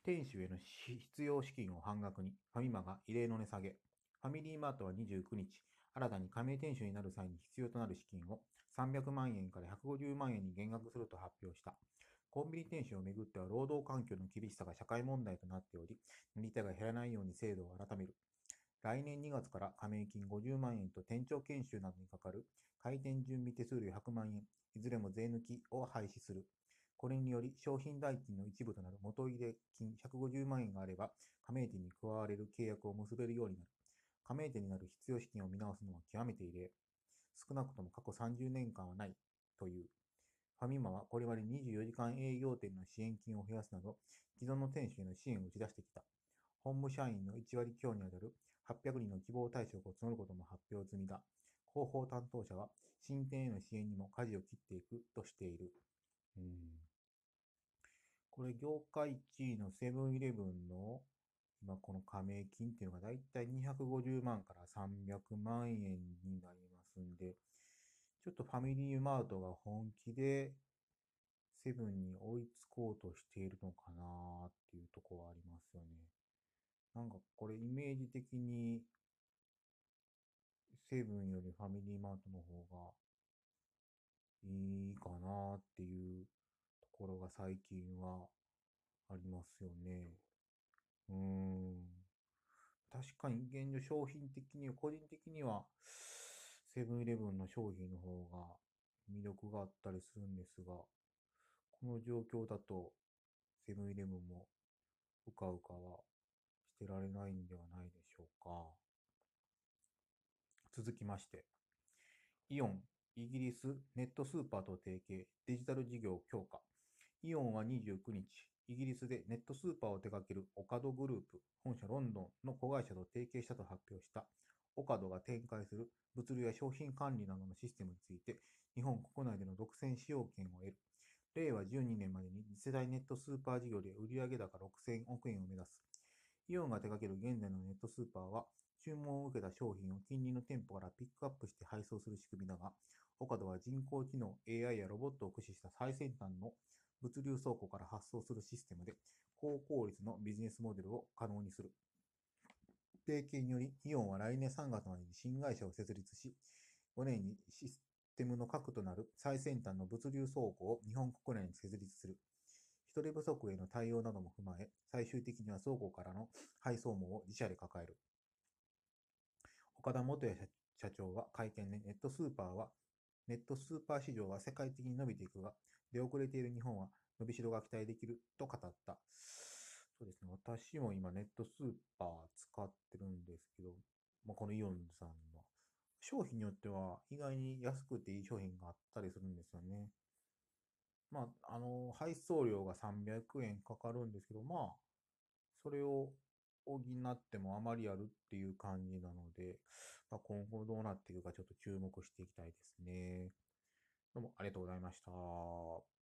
店主への必要資金を半額に、ファミマが異例の値下げ。ファミリーマートは29日、新たに加盟店主になる際に必要となる資金を300万円から150万円に減額すると発表した。コンビニ店主をめぐっては労働環境の厳しさが社会問題となっており、売り手が減らないように制度を改める。来年2月から加盟金50万円と店長研修などにかかる開店準備手数料100万円、いずれも税抜きを廃止する。これにより、商品代金の一部となる元入れ金150万円があれば、加盟店に加われる契約を結べるようになる。加盟店になる必要資金を見直すのは極めて異例。少なくとも過去30年間はないという。ファミマはこれまで24時間営業店の支援金を増やすなど、既存の店主への支援を打ち出してきた。本部社員の1割強にあたる800人の希望退職を募ることも発表済みだ。広報担当者は、新店への支援にも舵を切っていくとしている。これ、業界1位のセブンイレブンの、今この加盟金っていうのがだいたい250万から300万円になりますんで、ちょっとファミリーマートが本気でセブンに追いつこうとしているのかなっていうところはありますよね。なんかこれイメージ的にセブンよりファミリーマートの方がいいかなっていうところが最近はありますよね。うーん。確かに現状商品的には、個人的にはセブンイレブンの商品の方が魅力があったりするんですが、この状況だとセブンイレブンもうかうかはしてられないんではないでしょうか。続きまして、イオン、イギリスネットスーパーと提携、デジタル事業強化。イオンは29日、イギリスでネットスーパーを手掛けるオカドグループ、本社ロンドンの子会社と提携したと発表した。オカドが展開する物流や商品管理などのシステムについて、日本国内での独占使用権を得る。令和12年までに次世代ネットスーパー事業で売上高6000億円を目指す。イオンが手掛ける現在のネットスーパーは、注文を受けた商品を近隣の店舗からピックアップして配送する仕組みだが、オカドは人工知能 AI やロボットを駆使した最先端の物流倉庫から発送するシステムで、高効率のビジネスモデルを可能にする。提携により、イオンは来年3月までに新会社を設立し、5年にシステムの核となる最先端の物流倉庫を日本国内に設立する。人手不足への対応なども踏まえ、最終的には倉庫からの配送網を自社で抱える。岡田元也社長は会見でネットスーパー市場は世界的に伸びていくが、出遅れている日本は伸びしろが期待できると語った。そうですね。私も今ネットスーパー使ってるんですけど、このイオンさんの商品によっては意外に安くていい商品があったりするんですよね。配送料が300円かかるんですけど、それを補ってもあまりあるっていう感じなので、今後どうなっていくかちょっと注目していきたいですね。どうもありがとうございました。